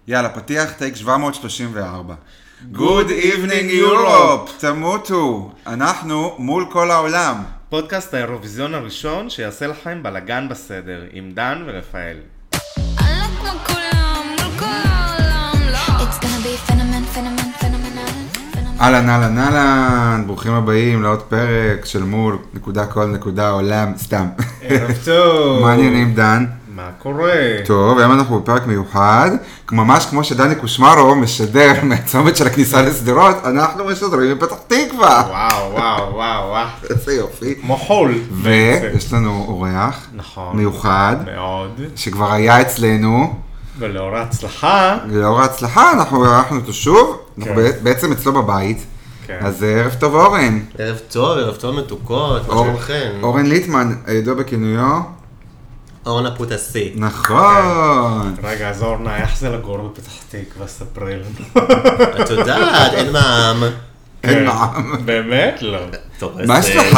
יאללה, פתיח טייק 734. Good evening Europe, תמותו. אנחנו מול כל העולם. פודקאסט האירוויזיון הראשון שיעשה לכם בלגן בסדר, עם דן ורפאל. אנחנו כולם מול כל העולם, לא. It's gonna be phenomenal. אהלן, ברוכים הבאים לעוד פרק של מול נקודה עולם, סתם. ערב טוב. מה העניינים דן? מה קורה? טוב, היום אנחנו בפרק מיוחד, ממש כמו שדני קושמרו משדר מהצומת של הכניסה לסדרות, אנחנו משדרים מפתח תקווה. וואו. איזה יופי. כמו חול. ויש לנו אורח מיוחד, מאוד. שכבר היה אצלנו. ולאור ההצלחה. אנחנו ערכנו אותו שוב, אנחנו בעצם אצלו בבית. אז ערב טוב אורן. ערב טוב מתוקות, מה שלומכם? אורן ליטמן, הידוע בכינויו. אורנה פוטסי. נכון. רגע, אז אורנה, איך זה לגור בפתח תקווה? ספרי לנו. את יודעת, אין מע"מ. אין מע"מ. באמת? לא. מה יש לך?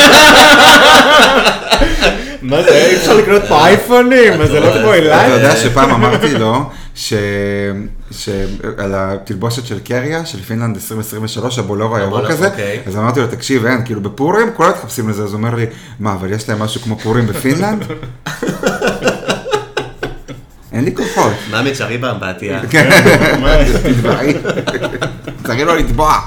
מה זה? אי אפשר לקנות פה אייפונים? זה לא כמו אליי? אתה יודע שפעם אמרתי לו שעל התלבושת של קריה, של פינלנד 2023, הבולור הירוק הזה, אז אמרתי לו, תקשיב, אין, כאילו בפורים, כולם מתחפשים לזה, אז הוא אומר לי, מה, אבל יש להם משהו כמו פורים בפינלנד? אין לי כוחות. מה מתשארי באמבטיה? תתבעי. תראי לו לתבוע.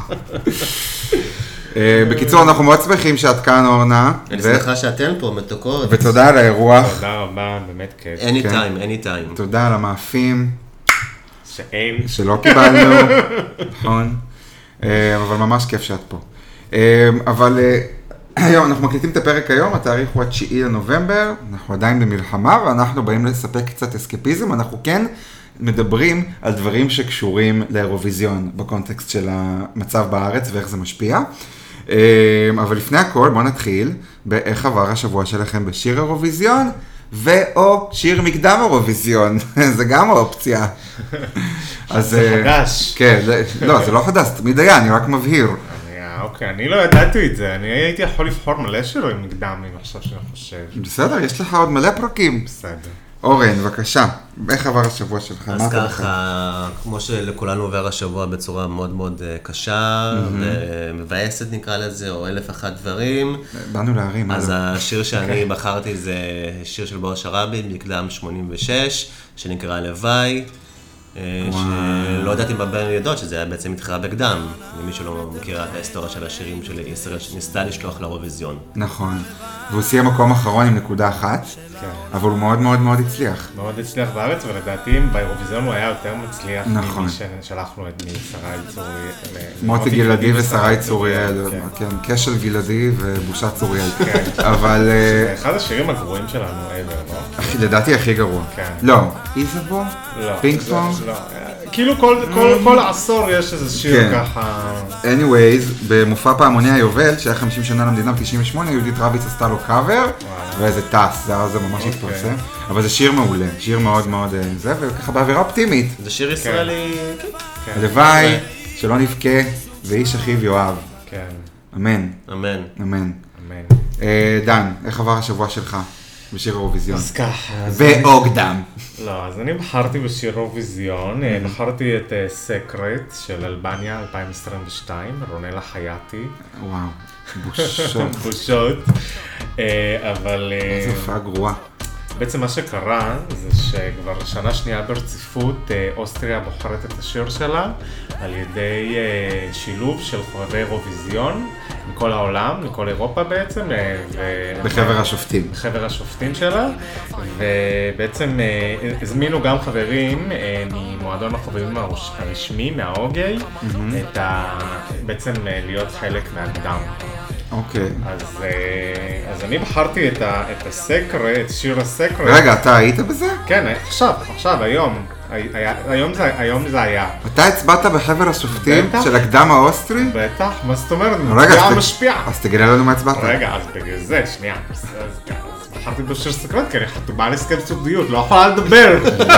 בקיצור, אנחנו מאוד שמחים שאת כאן, אורנה. אני שמחה שאתן פה, מתוקות. ותודה על האירוח. תודה רבה, באמת כיף. anytime. תודה על המאפים. שאין. שלא קיבלנו. נכון. אבל ממש כיף שאת פה. אבל היום, אנחנו מקליטים את הפרק היום, התאריך הוא 9 לנובמבר, אנחנו עדיין במלחמה, ואנחנו באים לספק קצת אסקפיזם, אנחנו כן מדברים על דברים שקשורים לאירוויזיון, בקונטקסט של המצב בארץ ואיך זה משפיע. אבל לפני הכל, בואו נתחיל באיך עבר השבוע שלכם בשיר אירוויזיון, ואו שיר מקדם אירוויזיון, זה גם האופציה. זה חדש. כן, לא, זה לא חדש, תמיד היה, אני רק מבהיר. אוקיי, אני לא ידעתי את זה, אני הייתי יכול לבחור מלא שירים מקדמים עכשיו שאני חושב. בסדר, יש לך עוד מלא פרקים. בסדר. אורן, בבקשה, איך עבר השבוע שלך? אז ככה, כמו שלכולנו עובר השבוע בצורה מאוד מאוד קשה, ומבאסת נקרא לזה, או 1001 דברים. באנו להרים. אז השיר שאני בחרתי זה שיר של בור שראבי, מקדם 86, שנקרא לוואי. שלא ידעתי בבין יודעות שזה היה בעצם מתחרה בקדם, למי שלא מכירה את ההיסטוריה של השירים של ישראל שניסתה לשלוח לאירוויזיון. נכון, והוא סיים מקום אחרון עם נקודה אחת, אבל הוא מאוד מאוד מאוד הצליח. מאוד הצליח בארץ, ולדעתי באירוויזיון הוא היה יותר מצליח ממי ששלחנו את שרי צוריאל. מוטי גלעדי ושרי צוריאל, כן, כשל גלעדי ובושת צוריאל. אבל זה אחד השירים הגרועים שלנו, לא? לדעתי הכי גרוע. לא, איזבו? לא. פינק פונג? לא. כאילו כל עשור יש איזה שיר ככה. anyways, במופע פעמוני היובל, שהיה 50 שנה למדינה ב-98, יהודית רביץ עשתה לו קאבר, ואיזה טס, זה ממש התפרסם. אבל זה שיר מעולה, שיר מאוד מאוד זה, וככה באווירה אופטימית. זה שיר ישראלי, הלוואי, שלא נבכה, ואיש אחיו יואב. כן. אמן. דן, איך עבר השבוע שלך? בשיר אירוויזיון. אז ככה. ואוגדם. לא, אז אני בחרתי בשיר אירוויזיון, בחרתי את סקרט של אלבניה 2022, רונלה חייתי. וואו, בושות. אבל איזה הופעה גרועה. בעצם מה שקרה זה שכבר שנה שנייה ברציפות אוסטריה בוחרת את השיר שלה על ידי שילוב של חובבי אירוויזיון מכל העולם, מכל אירופה בעצם. בחבר השופטים. בחבר השופטים שלה, ובעצם הזמינו גם חברים ממועדון החובבים הרשמי, מהאוגי, בעצם להיות חלק מהקדם. אוקיי. אז אני בחרתי את הסקרט, שיר הסקרט. רגע, אתה היית בזה? כן, עכשיו, היום זה היה. אתה הצבעת בחבר השופטים של הקדם האוסטרי? בטח, מה זאת אומרת? רגע, משפיע. אז תגידי לנו מה הצבעת. רגע, אז בגלל זה, שנייה. אז בחרתי בשיר סקרט, כי אני חתומה על הסכם סודיות, לא יכולה לדבר.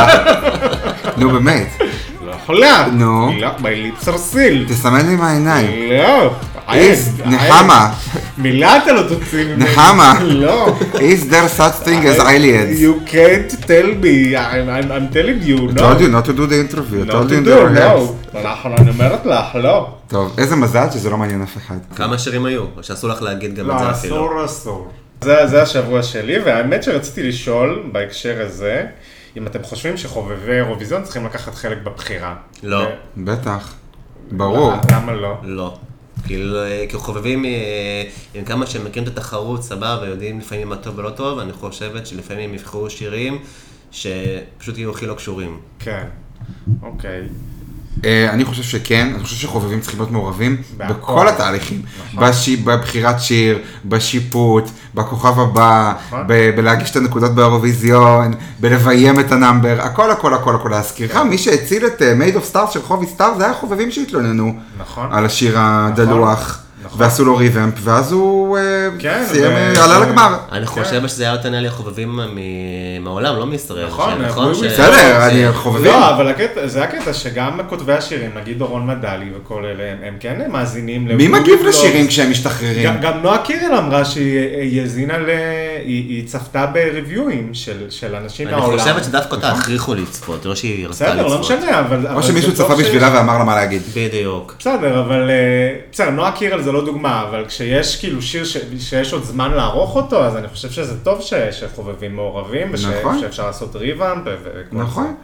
נו, באמת. לא יכולה. נו. לא, בליפ סרסיל. תסמן לי מהעיניים. לא. נחמה. מילה אתה לא תוציא ממני. נחמה. לא. Is there such thing as aliens? You can't tell me, I'm telling you, I no. told you not to do the interview. I Not told to you in do, the no. אני אומרת לך, לא. טוב, איזה מזל שזה לא מעניין אף אחד. כמה שירים היו? או שאסור לך להגיד גם לא, את זה אפילו. אסור. זה השבוע שלי, והאמת שרציתי לשאול בהקשר הזה, אם אתם חושבים שחובבי אירוויזיון צריכים לקחת חלק בבחירה. לא. בטח. ברור. למה לא? לא. כי חובבים, עם כמה שהם מכירים את התחרות, סבבה, ויודעים לפעמים מה טוב ולא טוב, אני חושבת שלפעמים הם יבחרו שירים שפשוט יהיו הכי לא קשורים. כן, אוקיי. אני חושב שכן, אני חושב שחובבים צריכים להיות מעורבים בהכל. בכל התהליכים. נכון. בבחירת שיר, בשיפוט, בכוכב הבא, נכון. בלהגיש את הנקודות באירוויזיון, בלביים את הנאמבר, הכל הכל הכל הכל. להזכירך, מי שהציל את Made of Stars של חובי סטאר, זה היה חובבים שהתלוננו נכון. על השיר הדלוח, נכון. ועשו לו ריבמפ, ואז הוא כן, סיים, עלה לגמר. אני חושב שזה היה יותר נראה לי חובבים מהעולם, לא מישראל. נכון, בסדר, אני חובבים. לא, אבל זה הקטע שגם כותבי השירים, נגיד דורון מדלי וכל אלה, הם כן מאזינים. מי מגיב לשירים כשהם משתחררים? גם נועה קירל אמרה שהיא האזינה היא צפתה בריוויואים של אנשים מהעולם. אני חושבת שדווקא אותה הכריחו לצפות, לא שהיא רצתה לצפות. בסדר, לא משנה, אבל... או שמישהו צפה בשבילה ואמר לה מה להגיד. בדיוק. בסדר, אבל... בסדר, נועה קירל זה לא דוגמה, אבל כשיש כאילו שיר שיש עוד זמן לערוך אותו, אז אני חושב שזה טוב שחובבים מעורבים, ושאפשר לעשות ריבאמפ וכל זה. נכון.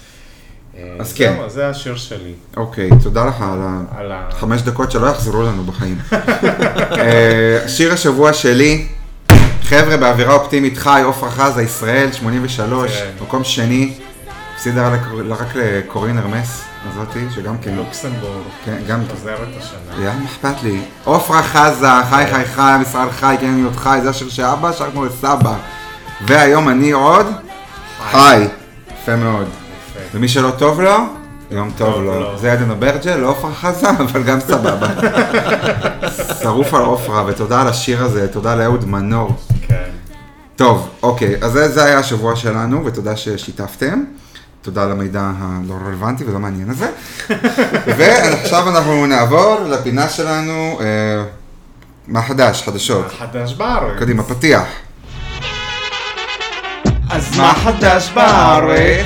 אז כן. זה השיר שלי. אוקיי, תודה לך על 5 דקות שלא יחזרו לנו בחיים. שיר השבוע שלי, חבר'ה באווירה אופטימית חי, עופרה חזה, ישראל, 83, מקום שני, הפסידה רק לקורין הרמס הזאתי, שגם כן... לוקסנבורג, חוזרת השנה. מה אכפת לי? עופרה חזה, חי חי חי, ישראל חי, כן להיות חי, זה השיר שאבא שר כמו לסבא. והיום אני עוד חי. יפה מאוד. ומי שלא טוב לו, יום טוב לו. זה עדן אברג'ל, לא עופרה חזה, אבל גם סבבה. שרוף על עופרה, ותודה על השיר הזה, תודה לאהוד מנור. כן. טוב, אוקיי, אז זה היה השבוע שלנו, ותודה ששיתפתם. תודה על המידע הלא רלוונטי ולא מעניין הזה. ועכשיו אנחנו נעבור לפינה שלנו, מה חדש, חדשות. מה חדש בארץ? קדימה, פתיח. אז מה חדש בארץ?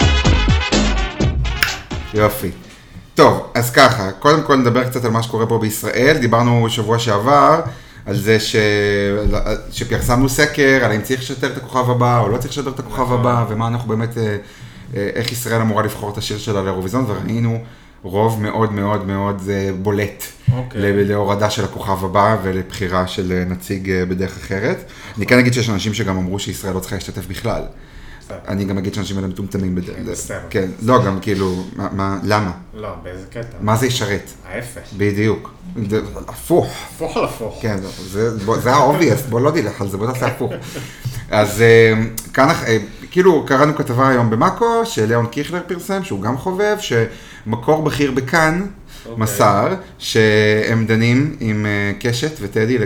יופי. טוב, אז ככה, קודם כל נדבר קצת על מה שקורה פה בישראל. דיברנו שבוע שעבר על זה שפרסמנו סקר, על האם צריך לשדר את הכוכב הבא או לא צריך לשדר את הכוכב הבא, ומה אנחנו באמת, איך ישראל אמורה לבחור את השיר שלה לאירוויזיון, וראינו רוב מאוד מאוד מאוד בולט להורדה של הכוכב הבא ולבחירה של נציג בדרך אחרת. אני כן אגיד שיש אנשים שגם אמרו שישראל לא צריכה להשתתף בכלל. אני גם אגיד שאנשים האלה מטומטמים בדרך. כן, לא, גם כאילו, למה? לא, באיזה קטע? מה זה ישרת? ההפך. בדיוק. הפוך. הפוך על הפוך. כן, זה ה-obvious, בוא לא דילך על זה, בוא נעשה הפוך. אז כאן, כאילו, קראנו כתבה היום במאקו, שליאון קיכלר פרסם, שהוא גם חובב, שמקור בכיר בכאן, מסר, שהם דנים עם קשת וטדי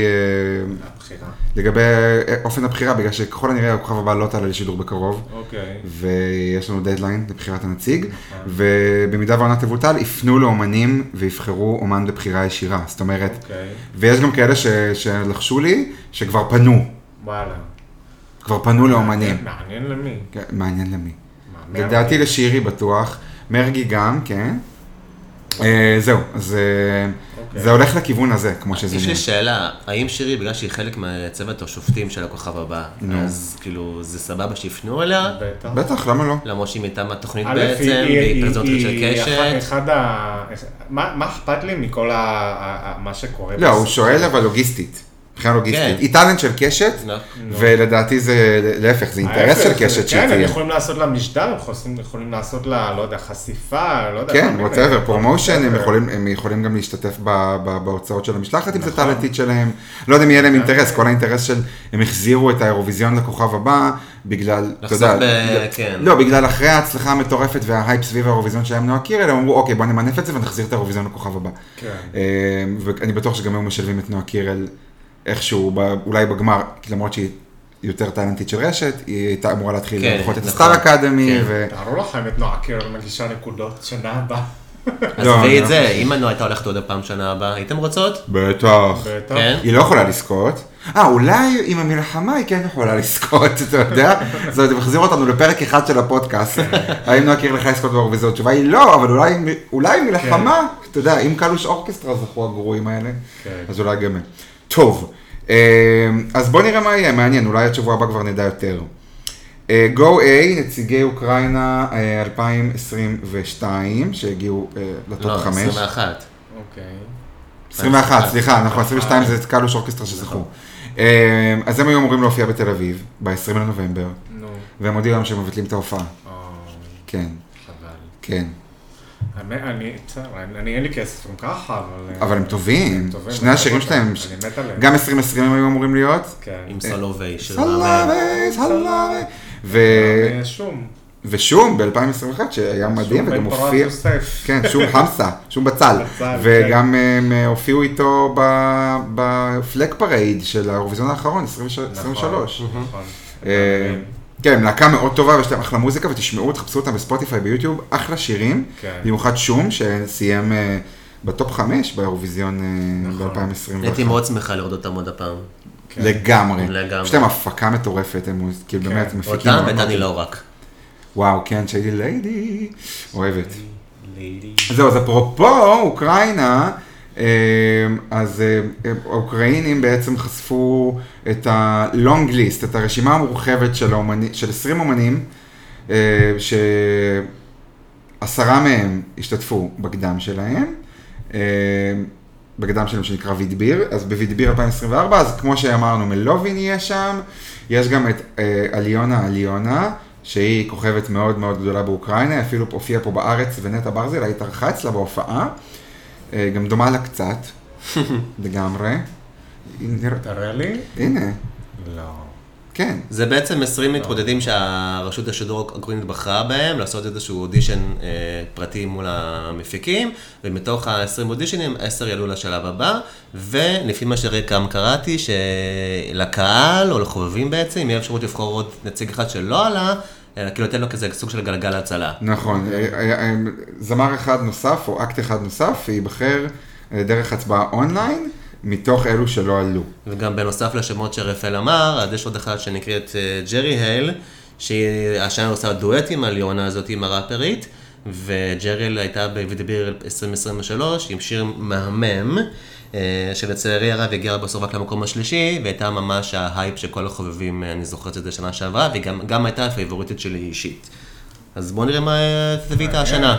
לגבי אופן הבחירה, בגלל שככל הנראה הכוכב הבא לא תעלה לשידור בקרוב, ויש לנו דדליין לבחירת הנציג, ובמידה והעונה תבוטל, יפנו לאומנים ויבחרו אומן בבחירה ישירה, זאת אומרת, ויש גם כאלה שלחשו לי, שכבר פנו. וואלה. כבר פנו לאומנים. מעניין למי. מעניין למי. לדעתי לשירי בטוח, מרגי גם, כן. זהו, אז זה הולך לכיוון הזה, כמו שזה נראה. יש לי שאלה, האם שירי, בגלל שהיא חלק מהצוות השופטים של הכוכב הבא, אז כאילו זה סבבה שיפנו אליה? בטח, למה לא? למרות שהיא מטעם התוכנית בעצם, והיא פרזנטרית של קשת. מה אכפת לי מכל מה שקורה? לא, הוא שואל אבל לוגיסטית. מבחינה לוגיסטית. היא טלנט של קשת, ולדעתי זה להפך, זה אינטרס של קשת שתהיה. כן, הם יכולים לעשות לה משדר, הם יכולים לעשות לה, לא יודע, חשיפה, לא יודע. כן, whatever, פרומושן, הם יכולים גם להשתתף בהוצאות של המשלחת, אם זה טלנטית שלהם. לא יודע אם יהיה להם אינטרס, כל האינטרס של, הם החזירו את האירוויזיון לכוכב הבא, בגלל, אתה יודע, לא, בגלל אחרי ההצלחה המטורפת וההייפ סביב האירוויזיון שהם נועה קירל, הם אמרו, אוקיי, בוא נמנף את זה ונחזיר את האירוויזיון לכוכב הבא. ואני בטוח שגם הם משלבים את נועה קירל איכשהו, אולי בגמר, למרות שהיא יותר טלנטית של רשת, היא הייתה אמורה להתחיל לפחות את הסטאר אקדמי. תארו לכם את נועה קירל מגישה נקודות שנה הבאה. עזבי את זה, אם אני הייתה הולכת עוד הפעם שנה הבאה, הייתם רוצות? בטח. בטח. כן? היא לא יכולה לזכות. אולי עם המלחמה היא כן יכולה לזכות, אתה יודע? זאת מחזיר אותנו לפרק אחד של הפודקאסט. האם נועה קירל יכולה לזכות באירוויזיון? התשובה היא לא, אבל אולי מלחמה, אתה יודע, אם קלוש אורקסטרה זכו הגרועים האלה, אז אולי גם. טוב, אז בוא נראה מה יהיה, מעניין, אולי עד שבוע הבא כבר נדע יותר. Go A, נציגי אוקראינה 2022, שהגיעו לטופ 5. לא, 21. אוקיי. 21, סליחה, אנחנו 22 זה קלוש אורקסטרה שזכו. אז הם היו אמורים להופיע בתל אביב, ב-20 לנובמבר, נו. והם הודיעו להם שהם מבטלים את ההופעה. כן, חבל. כן. אני אין לי כסף גם ככה, אבל הם טובים, טובים, שני השירים שלהם, אני מת עליהם. גם 2020 הם היו אמורים להיות. כן. עם סולובי של סלאבי. שום. ושום ב-2021 שהיה מדהים וגם שום בן פורת הופיע, יוסף. כן, שום חמסה, שום בצל, בצל, וגם הם הופיעו איתו בפלג פרייד של האירוויזיון האחרון, 23. נכון. כן, להקה מאוד טובה ויש להם אחלה מוזיקה ותשמעו, תחפשו אותם בספוטיפיי ביוטיוב, אחלה שירים, כן. במיוחד שום שסיים בטופ 5 באירוויזיון נכון. ב-2021. הייתי מאוד שמחה לראות אותם עוד הפעם. לגמרי. לגמרי. יש להם הפקה מטורפת, הם כאילו באמת מפיקים. אותם מאוד. ואת אני לא רק. וואו, כן, שהייתי ליידי, אוהבת. לידי. זהו, אז אפרופו אוקראינה, אז האוקראינים בעצם חשפו את ה-long list, את הרשימה המורחבת של 20 אומנים, ש10 מהם השתתפו בקדם שלהם, שנקרא וידביר, אז בוידביר 2024, אז כמו שאמרנו, מלובין יהיה שם, יש גם את אליונה, שהיא כוכבת מאוד מאוד גדולה באוקראינה, אפילו הופיעה פה בארץ, ונטע ברזיל, התארחה אצלה בהופעה, גם דומה לה קצת, לגמרי. תראה לי? הנה, לא. כן. זה בעצם 20 מתמודדים שהרשות השידור האוקראינית בחרה בהם, לעשות איזשהו אודישן פרטי מול המפיקים, ומתוך ה-20 אודישנים, 10 יעלו לשלב הבא, ולפי מה שגם קראתי, שלקהל או לחובבים בעצם, יהיה אפשרות לבחור עוד נציג אחד שלא עלה, כאילו נותן לו כזה סוג של גלגל הצלה. נכון, זמר אחד נוסף או אקט אחד נוסף, ייבחר דרך הצבעה אונליין, מתוך אלו שלא עלו. וגם בנוסף לשמות שרפאל אמר, אז יש עוד אחד שנקראת ג'רי הייל, שהשנה עושה דואטים על יונה הזאת עם הראפרית, וג'רי הייל הייתה בוידביר 2023 עם שיר מהמם, שלצערי הרב הגיע בסוף רק למקום השלישי, והייתה ממש ההייפ שכל החובבים, אני זוכרת את זה שנה שעברה, וגם הייתה הפייבוריטית שלי אישית. אז בואו נראה מה תביא איתה השנה.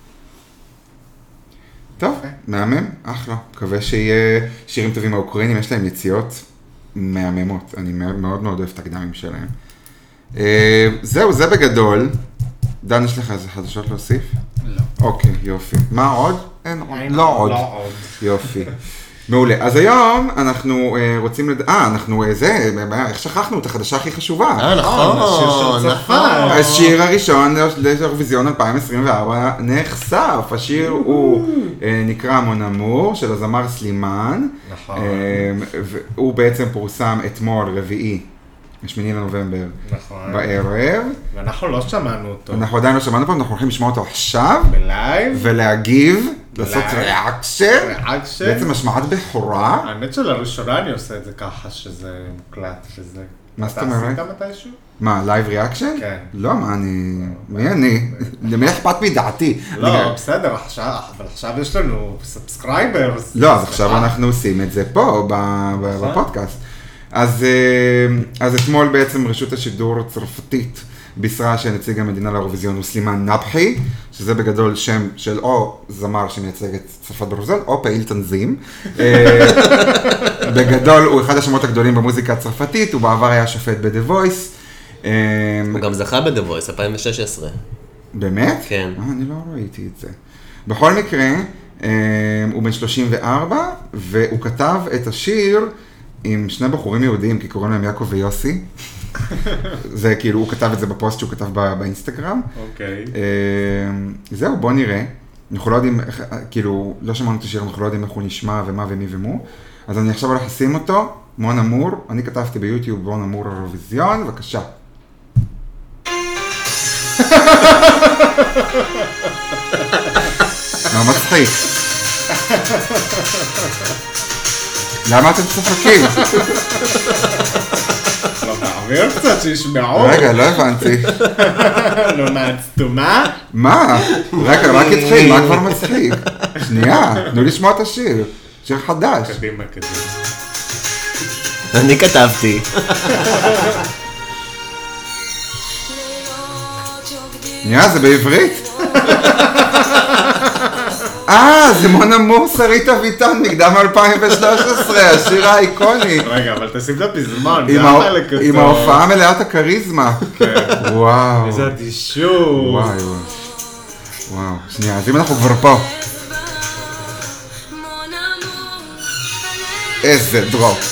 טוב, מהמם, אחלה. מקווה שיהיה שירים טובים האוקראינים, יש להם יציאות מהממות. אני מאוד מאוד אוהב את הקדמים שלהם. זהו, זה בגדול. דן, יש לך איזה חדשות להוסיף? לא. אוקיי, יופי. מה עוד? אין עוד. לא עוד. לא עוד. יופי. מעולה. אז היום אנחנו רוצים אנחנו איך שכחנו את החדשה הכי חשובה. נכון, השיר של צרפת. השיר הראשון לאירוויזיון 2024 נחשף. השיר הוא נקרא מון אמור של הזמר סלימן. נכון. הוא בעצם פורסם אתמול, רביעי, 8 לנובמבר, נכון. בערב. ואנחנו לא שמענו אותו. אנחנו עדיין לא שמענו פה, אנחנו הולכים לשמוע אותו עכשיו. בלייב. ולהגיב, לעשות לייב. ריאקשן. ריאקשן. בעצם השמעת בכורה. האמת שלראשונה אני עושה את זה ככה, שזה מוקלט וזה. מה זאת אומרת? אתה עשית מתישהו? מה, לייב ריאקשן? כן. לא, מה אני... מי אני? למי אכפת מדעתי? לא, בסדר, אבל עכשיו יש לנו סאבסקרייברס. לא, אז עכשיו אנחנו עושים את זה פה, בפודקאסט. אז אתמול בעצם רשות השידור הצרפתית בישרה שנציג המדינה לאירוויזיון הוא סלימן נבחי, שזה בגדול שם של או זמר שמייצג את צרפת באירוויזיון, או פעיל תנזים. בגדול הוא אחד השמות הגדולים במוזיקה הצרפתית, הוא בעבר היה שופט ב-The Voice. הוא גם זכה ב-The Voice, 2016. באמת? כן. אני לא ראיתי את זה. בכל מקרה, הוא בן 34, והוא כתב את השיר עם שני בחורים יהודים, כי קוראים להם יעקב ויוסי. זה כאילו, הוא כתב את זה בפוסט שהוא כתב באינסטגרם. אוקיי. זהו, בוא נראה. אנחנו לא יודעים, כאילו, לא שמענו את השיר, אנחנו לא יודעים איך הוא נשמע ומה ומי ומו. אז אני עכשיו הולך לשים אותו, מון אמור. אני כתבתי ביוטיוב מון אמור אירוויזיון, בבקשה. לא מצחיק. למה אתם צוחקים? לא, תעביר קצת שישמעו. רגע, לא הבנתי. לא מהצטומה? מה? רגע, רק התחיל, מה כבר מצחיק? שנייה, תנו לשמוע את השיר. שיר חדש. קדימה, קדימה. אני כתבתי. שנייה, זה בעברית? זה מון אמור שרית אביטן, מקדם 2013, השיר האיקוני. רגע, אבל תשים את הפזמון, עם זה החלק אותו. עם ההופעה מלאת הכריזמה. וואו. איזה אדישות. וואי. וואו. שנייה, אז אם אנחנו כבר פה. איזה דרופ.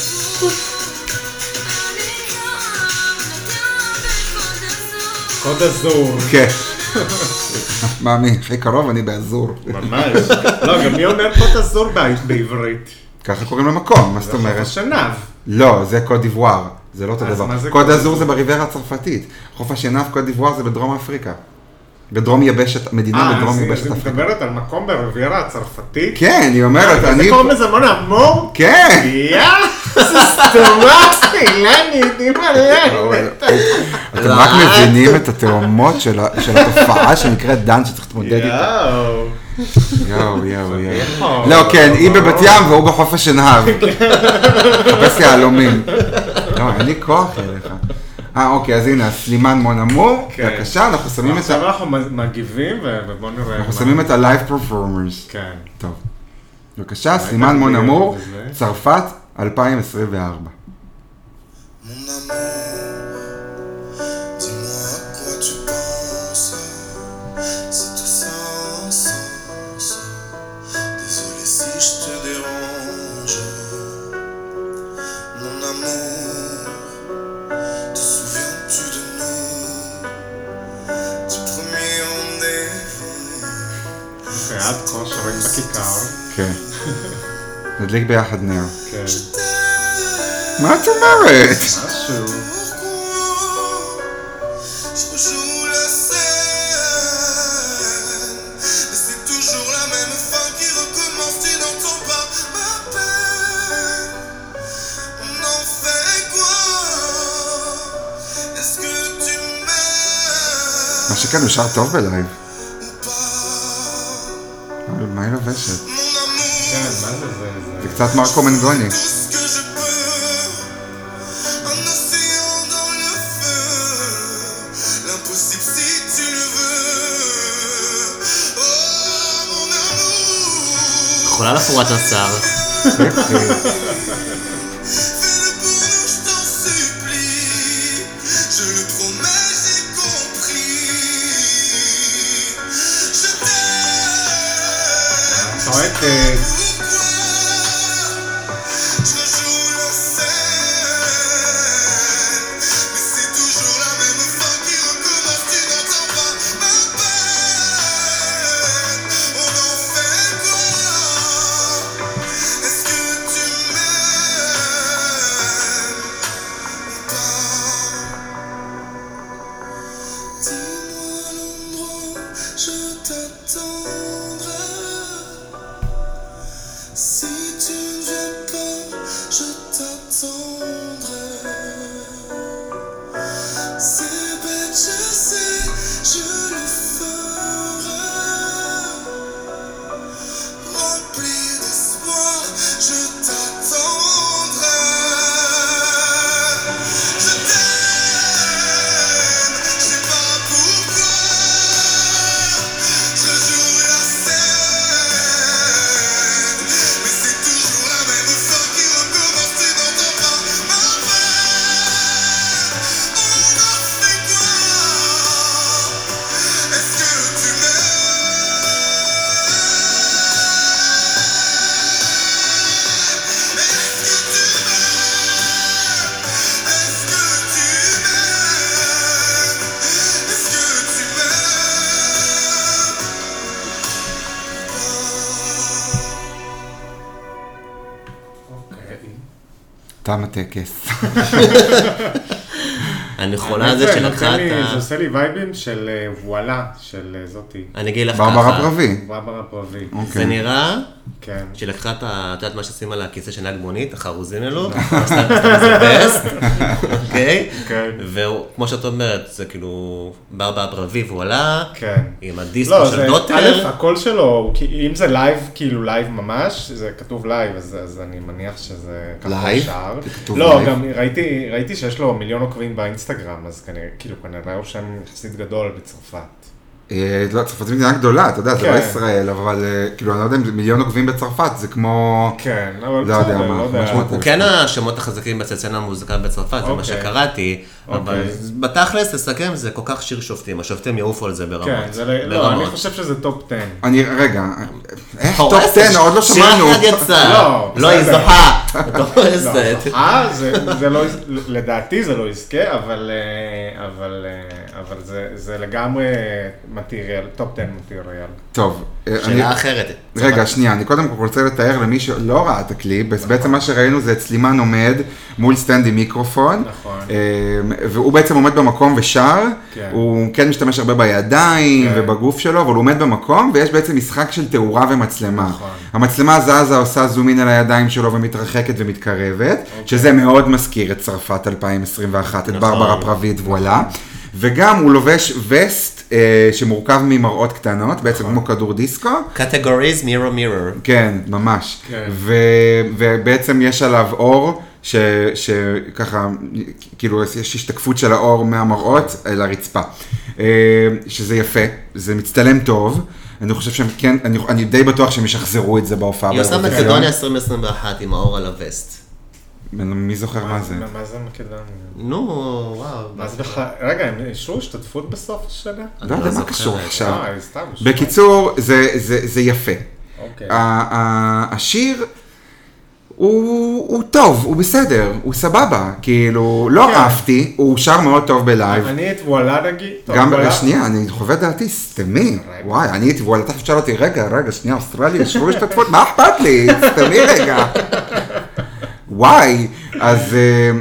קוד אזור. כן. מאמי, הכי קרוב, אני באזור. ממש. לא, גם מי אומר קוד אזור בעברית? ככה קוראים למקום, מה זאת זה אומרת? חוף השנהב. לא, זה קוד דיוואר. זה לא אותו אז דבר. מה זה קוד קוד אזור אזור? זה בריברה הצרפתית. חוף השנהב, קוד דיוואר זה בדרום אפריקה. בדרום יבשת, מדינה בדרום יבשת אז היא אפריקה. מדברת על מקום בריברה הצרפתית? כן, היא אומרת, זה אני... קוראים לזה מון אמור? כן! זה סתומה, אילנית, אימא'לה. אתם רק מבינים את התאומות של התופעה שנקראת דן שצריך להתמודד איתה. יואו. לא, כן, היא בבת ים והוא בחוף השנהב. חפש יהלומים. לא, אין לי כוח אליך. אוקיי, אז הנה, סלימן מון אמור, בבקשה, אנחנו שמים את עכשיו אנחנו מגיבים ובואו נראה. אנחנו שמים את ה-live performers. כן. טוב. בבקשה, סלימן מון אמור, צרפת, 2024. Mon amour, dis-moi à quoi tu penses. C'est tout sans sens. Désolé si je te dérange. Mon amour, te souviens-tu de nous? Du premier rendez-vous. עד כה שרואים בכיכר. כן. נדליק ביחד נר. כן. מה את אומרת? משהו. Je rejoue la scène. Et c'est toujours la même fin qui recommence. Tu n'entends pas ma peine. On en fait quoi? Est-ce que tu m'aimes מה שכן, הוא שר טוב בלייב. ou pas? אבל מה היא לובשת? Mon amour, כן, מה זה? זה קצת מרקו מנגוני. tout ce que je peux. Un océan dans le feu. L'impossible si tu le veux. Oh mon amour. יכולה לפורת השר. Fais-le pour nous, je t'en supplie. Je le promets, j'ai compris. Je t'aime. אתה רואה את... Je joue la scène. Mais c'est toujours la même fin qui recommence. Tu n'entends pas ma peine. On en fait quoi? Est-ce que tu m'aimes ou pas? Dis-moi l'endroit où je t'attendrai. Si tu ne viens pas, je t'attendrai. C'est bête, je sais, je le ferai. Rempli d'espoir, je t'attendrai. Je t'aime, je sais pas pourquoi. Je joue la scène. Mais c'est toujours la même fin qui recommence. Tu n'entends pas ma peine. On en fait quoi? Est-ce que tu m'aimes? Est-ce que tu m'aimes? Est-ce que tu m'aimes? Est-ce que tu m'aimes? אוקיי. תם הטקס. אני חולה על זה שלקחה את זה עושה לי וייבים של וואלה, של זאתי. אני אגיד לך ברברה ככה. פרבי. ברברה פרבי. זה נראה כן. שלקחה את את יודעת מה שעושים על הכיסא של נהג מונית, החרוזים אלו, עשתה איזה בסט, אוקיי? כן. וכמו שאת אומרת, זה כאילו ברברה פרבי וואלה, כן. עם הדיסקו לא, של זה, דוטר. א', הקול שלו, אם זה לייב, כאילו לייב ממש, זה כתוב לייב, אז אני מניח שזה ככה לייב? שר. זה כתוב לא, לייב? גם ראיתי שיש לו 1,000,000 עוקבים באינסטגרם, אז כנראה הוא שם יחסית גדול בצרפת. לא, צרפת זו מדינה גדולה, אתה יודע, זה לא כן. ישראל, אבל כאילו, אני לא יודע אם זה 1,000,000 עוקבים בצרפת, זה כמו... כן, אבל לא יודע בסדר, מה, לא יודע. 500,000. הוא כן השמות החזקים בצלצלנו המוזיקה בצרפת, זה מה אוקיי. שקראתי, אבל אוקיי. בתכלס, תסכם, זה כל כך שיר שופטים, השופטים יעופו על זה ברמות. כן, לא, אני חושב שזה טופ 10. רגע, איך הורסת, טופ 10? עוד לא שמענו. שיר אחד יצא, לא, לא, היא בסדר. זוכה, אתה הורסת. זה לא, לדעתי זה לא יזכה, אבל זה לגמרי מטריאל, טופ 10 מטריאל. טוב, שאלה אחרת. רגע, שנייה, אני קודם כל רוצה לתאר למי שלא ראה את הקליפ, בעצם מה שראינו זה את סלימן עומד מול סטנד עם מיקרופון, נכון. והוא בעצם עומד במקום ושר, כן. הוא כן משתמש הרבה בידיים כן. ובגוף שלו, אבל הוא עומד במקום, ויש בעצם משחק של תאורה ומצלמה. נכון. המצלמה זזה, עושה זום אין על הידיים שלו ומתרחקת ומתקרבת, שזה מאוד מזכיר את צרפת 2021, את ברברה פרבית וואלה. וגם הוא לובש וסט שמורכב ממראות קטנות, בעצם כמו כדור דיסקו. קטגוריז מירו מירו. כן, ממש. כן. ובעצם יש עליו אור, שככה, כאילו יש השתקפות של האור מהמראות אל הרצפה. שזה יפה, זה מצטלם טוב. אני חושב שהם כן, אני די בטוח שהם ישחזרו את זה בהופעה. היא עושה מקדוניה 2021 עם האור על הווסט. מי זוכר מה זה? מה זה מקדוניה? נו, וואו. מה זה בכלל? רגע, הם אישרו השתתפות בסוף השנה? לא יודע מה קשור עכשיו. סתם. בקיצור, זה יפה. אוקיי. השיר הוא טוב, הוא בסדר, הוא סבבה, כאילו, לא כן. אהבתי, הוא שר מאוד טוב בלייב. אני את וואלה נגיד. טוב, גם, וואלה. שנייה, אני חווה דעתי, סתמי, וואי, אני את וואלה, אתה שאל אותי, רגע, שנייה, אוסטרליה, אישרו השתתפות, מה אכפת לי? סתמי רגע. וואי, אז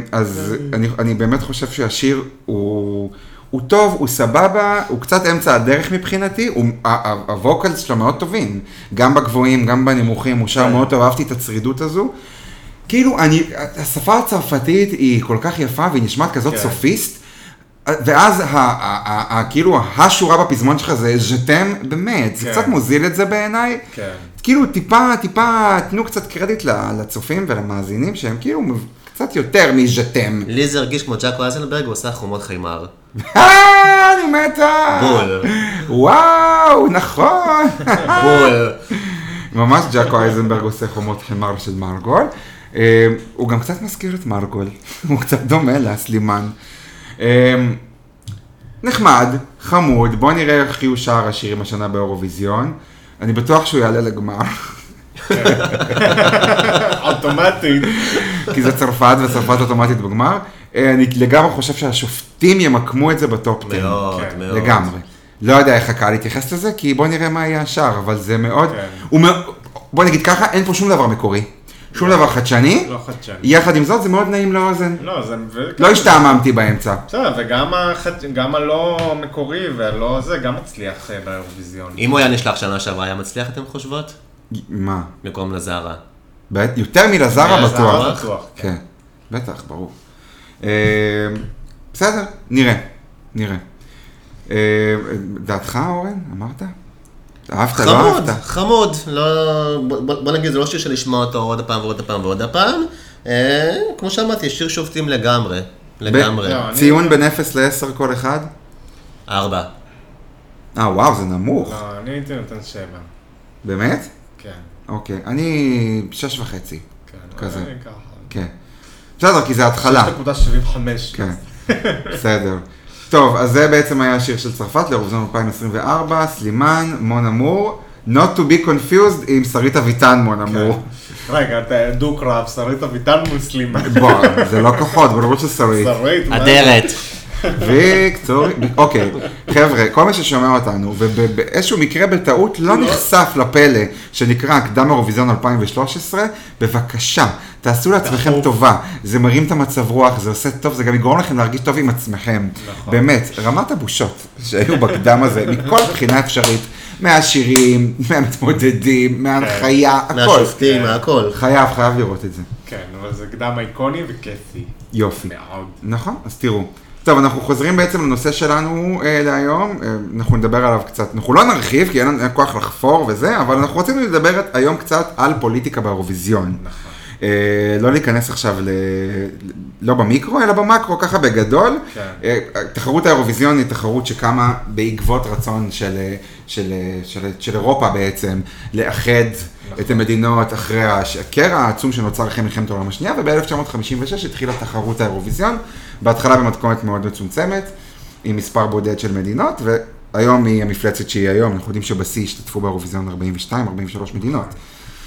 אני באמת חושב שהשיר הוא טוב, הוא סבבה, הוא קצת אמצע הדרך מבחינתי, הווקלס שלו מאוד טובים, גם בגבוהים, גם בנמוכים, הוא שר מאוד טוב, אהבתי את הצרידות הזו. כאילו, השפה הצרפתית היא כל כך יפה והיא נשמעת כזאת סופיסט, ואז כאילו השורה בפזמון שלך זה ז'תם באמת, זה קצת מוזיל את זה בעיניי. כאילו טיפה, תנו קצת קרדיט לצופים ולמאזינים שהם כאילו קצת יותר מז'תם. לי זה הרגיש כמו ג'אקו אייזנברג, הוא עושה חומות חיימר. אני מתה! בול. וואו, נכון. בול. ממש ג'אקו אייזנברג עושה חומות חיימר של מרגול. הוא גם קצת מזכיר את מרגול, הוא קצת דומה לסלימן. נחמד, חמוד, בוא נראה איך יהיו שאר השירים השנה באירוויזיון. אני בטוח שהוא יעלה לגמר. אוטומטית. כי זה צרפת וצרפת אוטומטית בגמר. אני לגמרי חושב שהשופטים ימקמו את זה בטופ 10. מאוד, מאוד. לגמרי. לא יודע איך הקהל יתייחס לזה, כי בוא נראה מה יהיה השאר, אבל זה מאוד... בוא נגיד ככה, אין פה שום דבר מקורי. שום דבר חדשני. לא חדשני. יחד עם זאת, זה מאוד נעים לאוזן. לא, זה... לא השתעממתי באמצע. בסדר, וגם הלא מקורי והלא זה, גם מצליח באירוויזיון. אם הוא היה נשלח שנה שעברה, היה מצליח, אתם חושבות? מה? במקום לזרה. יותר מלזרה לזרה בטוח. בטוח. כן, בטח, ברור. בסדר, נראה. דעתך, אורן? אמרת? אהבת, לא חמוד, אהבת? חמוד. בוא נגיד, זה לא שיר שלשמוע אותו עוד הפעם ועוד הפעם ועוד הפעם. כמו שאמרתי, שיר שופטים לגמרי. לגמרי. ציון בין 0 ל-10 כל אחד? 4. וואו, זה נמוך. לא, אני הייתי נותן 7. באמת? כן. אוקיי, אני 6.5. כן. כזה. אני ככה. כן. בסדר, כי זה התחלה. 6.75. כן, בסדר. טוב, אז זה בעצם היה השיר של צרפת לאירוויזיון 2024, סלימן, מון אמור, not to be confused עם שרית אביטן מון אמור. רגע, אתה דו-קרב, שרית אביטן מוסלימה. בוא, זה לא כוחות, ברור ששרית. שרית, מה? אדרת. ויקטוריה, אוקיי, חבר'ה, כל מי ששומע אותנו, ובאיזשהו מקרה בטעות לא נחשף לפלא שנקרא קדם האירוויזיון 2013, בבקשה, תעשו לעצמכם טובה, זה מרים את המצב רוח, זה עושה טוב, זה גם יגרום לכם להרגיש טוב עם עצמכם. באמת, רמת הבושות שהיו בקדם הזה, מכל בחינה אפשרית, מהשירים, מהמתמודדים, מההנחיה, הכל. מהשופטים, מהכל. חייב לראות את זה. כן, אבל זה קדם איקוני וכיפי. יופי. מאוד. נכון, אז תראו. טוב, אנחנו חוזרים בעצם לנושא שלנו להיום, אנחנו נדבר עליו קצת, אנחנו לא נרחיב כי אין לנו כוח לחפור וזה, אבל אנחנו רוצים לדבר היום קצת על פוליטיקה באירוויזיון. נכון. לא להיכנס עכשיו לא במיקרו, אלא במקרו, ככה בגדול. כן. תחרות האירוויזיון היא תחרות שקמה בעקבות רצון של אירופה בעצם, לאחד את המדינות אחרי הקרע העצום שנוצר אחרי מלחמת העולם השנייה, וב-1956 התחילה תחרות האירוויזיון, בהתחלה במתכונת מאוד מצומצמת, עם מספר בודד של מדינות, והיום היא המפלצת שהיא היום, אנחנו יודעים שבשיא השתתפו באירוויזיון 42-43 מדינות.